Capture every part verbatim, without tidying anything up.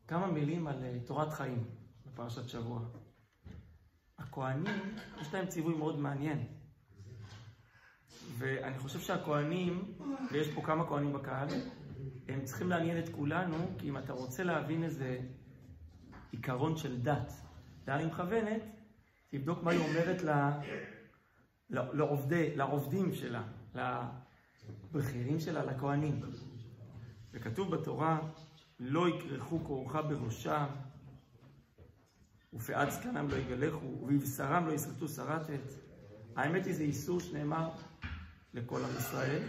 כמה מילים על תורת חיים בפרשת שבוע. הכהנים, יש להם ציווי מאוד מעניין. ואני חושב שהכהנים, ויש פה כמה כהנים בקהל, הם צריכים לעניין את כולנו, כי אם אתה רוצה להבין איזה עיקרון של דת, לאן היא מכוונת, תבדוק מה היא אומרת לעובדי, לעובדים שלה, לבכירים שלה, לכהנים. וכתוב בתורה, לא יקרחו כורחה בראשם, ופאת זקנם לא יגלחו, ובבשרם לא יסרטו שרתת. האמת היא, זה איסור שנאמר לכל עם ישראל,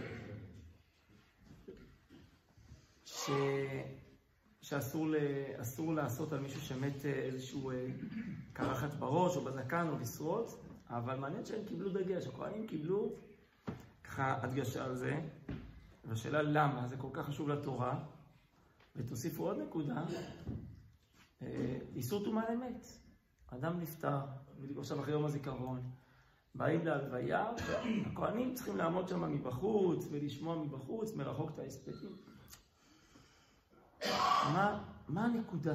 ש... שאסור ל... אסור לעשות על מישהו שמת איזשהו קרחת בראש או בזקן או לשרוט, אבל מעניין שהם קיבלו דגש, הכהנים קיבלו ככה הדגשה על זה, והשאלה למה זה כל כך חשוב לתורה, ותוסיפו עוד נקודה, איסור טומאה למת. אדם נפטר, בדיוק עכשיו אחרי יום הזיכרון, באים להלוויה, והכהנים צריכים לעמוד שם מבחוץ, ולשמוע מבחוץ, מרחוק את ההספדים. מה, מה הנקודה?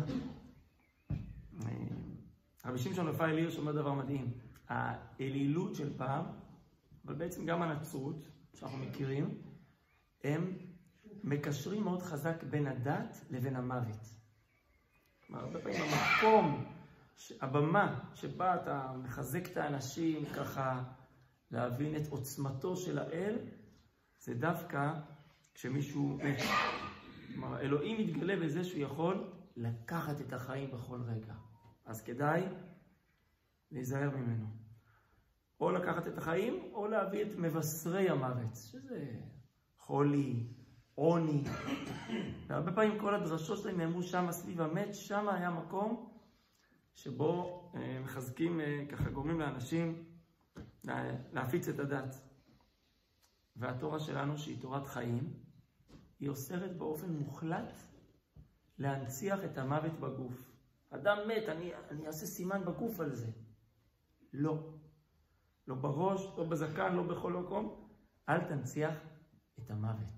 רבי שמשון רפאל הירש אומר דבר מדהים. האלילות של פעם, אבל בעצם גם הנצרות, שאנחנו מכירים, הם מקשרים מאוד חזק בין הדת לבין המוות. כלומר, הרבה פעמים המקום, הבמה שבה אתה מחזק את האנשים ככה להבין את עוצמתו של האל, זה דווקא כשמישהו מת. כלומר, אלוהים מתגלה בזה שהוא יכול לקחת את החיים בכל רגע. אז כדאי להיזהר ממנו. או לקחת את החיים, או להביא את מבשרי המוות, שזה חולי, עוני. והרבה פעמים כל הדרשות שלהם נאמרו שם סביב המת, שם היה מקום שבו אה, מחזקים, אה, ככה גורמים לאנשים לה, להפיץ את הדת. והתורה שלנו, שהיא תורת חיים, היא אוסרת באופן מוחלט להנציח את המוות בגוף. אדם מת, אני, אני אעשה סימן בגוף על זה. לא. לא בראש, לא בזקן, לא בכל מקום. אל תנציח את המוות.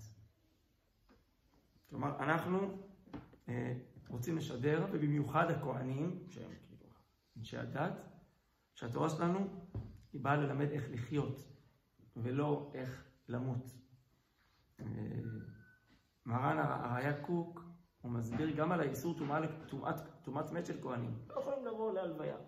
כלומר, אנחנו אה, רוצים לשדר, ובמיוחד הכהנים, שהם כאילו אנשי הדת, שהתורה שלנו היא באה ללמד איך לחיות, ולא איך למות. אה, מרן הראיה קוק, הוא מסביר גם על האיסור טומאת מת של כהנים. לא יכולים לבוא להלוויה.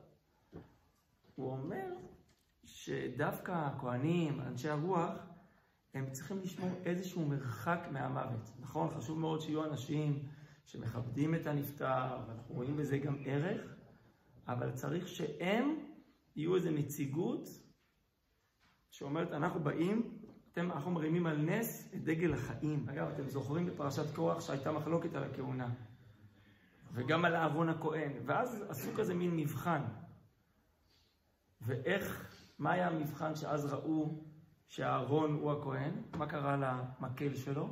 הוא אומר שדווקא הכהנים, אנשי הרוח, הם צריכים לשמור איזשהו מרחק מהמוות. נכון, חשוב מאוד שיהיו אנשים שמכבדים את הנפטר, ואנחנו רואים בזה גם ערך, אבל צריך שהם יהיו איזו נציגות שאומרת, אנחנו באים, אתם, אנחנו מרימים על נס את דגל החיים. אגב, אתם זוכרים בפרשת קורח שהייתה מחלוקת על הכהונה, וגם על אהרון הכהן, ואז עשו כזה מין מבחן. ואיך, מה היה המבחן שאז ראו שאהרון הוא הכהן? מה קרה למקל שלו?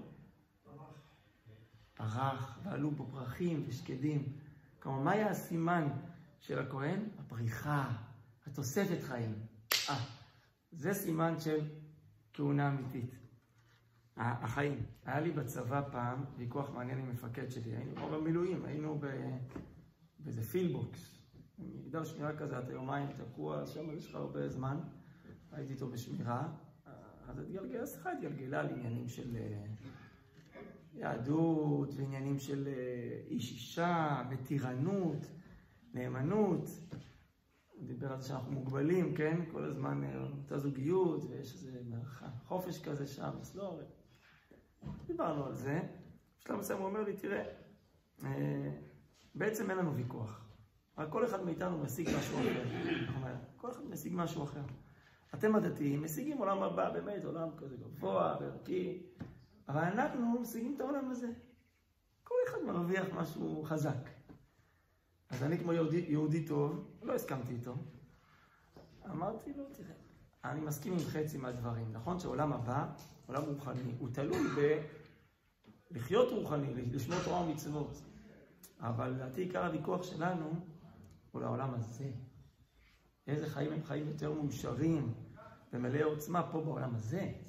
פרח, ועלו בו פרחים ושקדים. כלומר, מה היה הסימן של הכהן? הפריחה, התוספת חיים. אה, זה סימן של כהונה אמיתית. החיים. היה לי בצבא פעם ויכוח מעניין עם מפקד שלי. היינו פה במילואים, היינו באיזה פילבוקס. מגדל שמירה כזה, אתה יומיים תקוע, שם יש לך הרבה זמן. הייתי איתו בשמירה. אז התגלגל, השיחה התגלגלה על עניינים של יהדות, ועניינים של איש אישה, מתירנות, נאמנות. הוא דיבר על זה שאנחנו מוגבלים, כן? כל הזמן אותה זוגיות, ויש איזה מרחק, חופש כזה שם, מסלור. דיברנו על זה. בשלב מסוים הוא אומר לי, תראה, בעצם אין לנו ויכוח. אבל כל אחד מאיתנו משיג משהו אחר. כל אחד משיג משהו אחר. אתם הדתיים משיגים עולם הבא, באמת, עולם כזה גבוה וערכי, אבל אנחנו משיגים את העולם הזה. כל אחד מרוויח משהו חזק. אז אני כמו יהודי, יהודי טוב, לא הסכמתי איתו. אמרתי לו, תראה, אני מסכים עם חצי מהדברים. נכון שעולם הבא, עולם רוחני, הוא תלוי בלחיות רוחני, לשמור תורה ומצוות. אבל לדעתי עיקר הוויכוח שלנו הוא לעולם הזה. איזה חיים הם חיים יותר מאושרים ומלאי עוצמה פה בעולם הזה.